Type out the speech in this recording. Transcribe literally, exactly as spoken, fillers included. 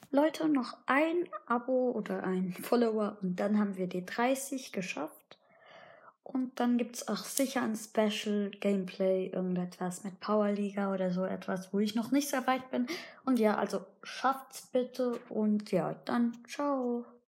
Leute, noch ein Abo oder ein Follower und dann haben wir die dreißig geschafft. Und dann gibt's auch sicher ein Special Gameplay, irgendetwas mit Powerliga oder so etwas, wo ich noch nicht so weit bin. Und ja, also schafft's bitte und ja, dann ciao.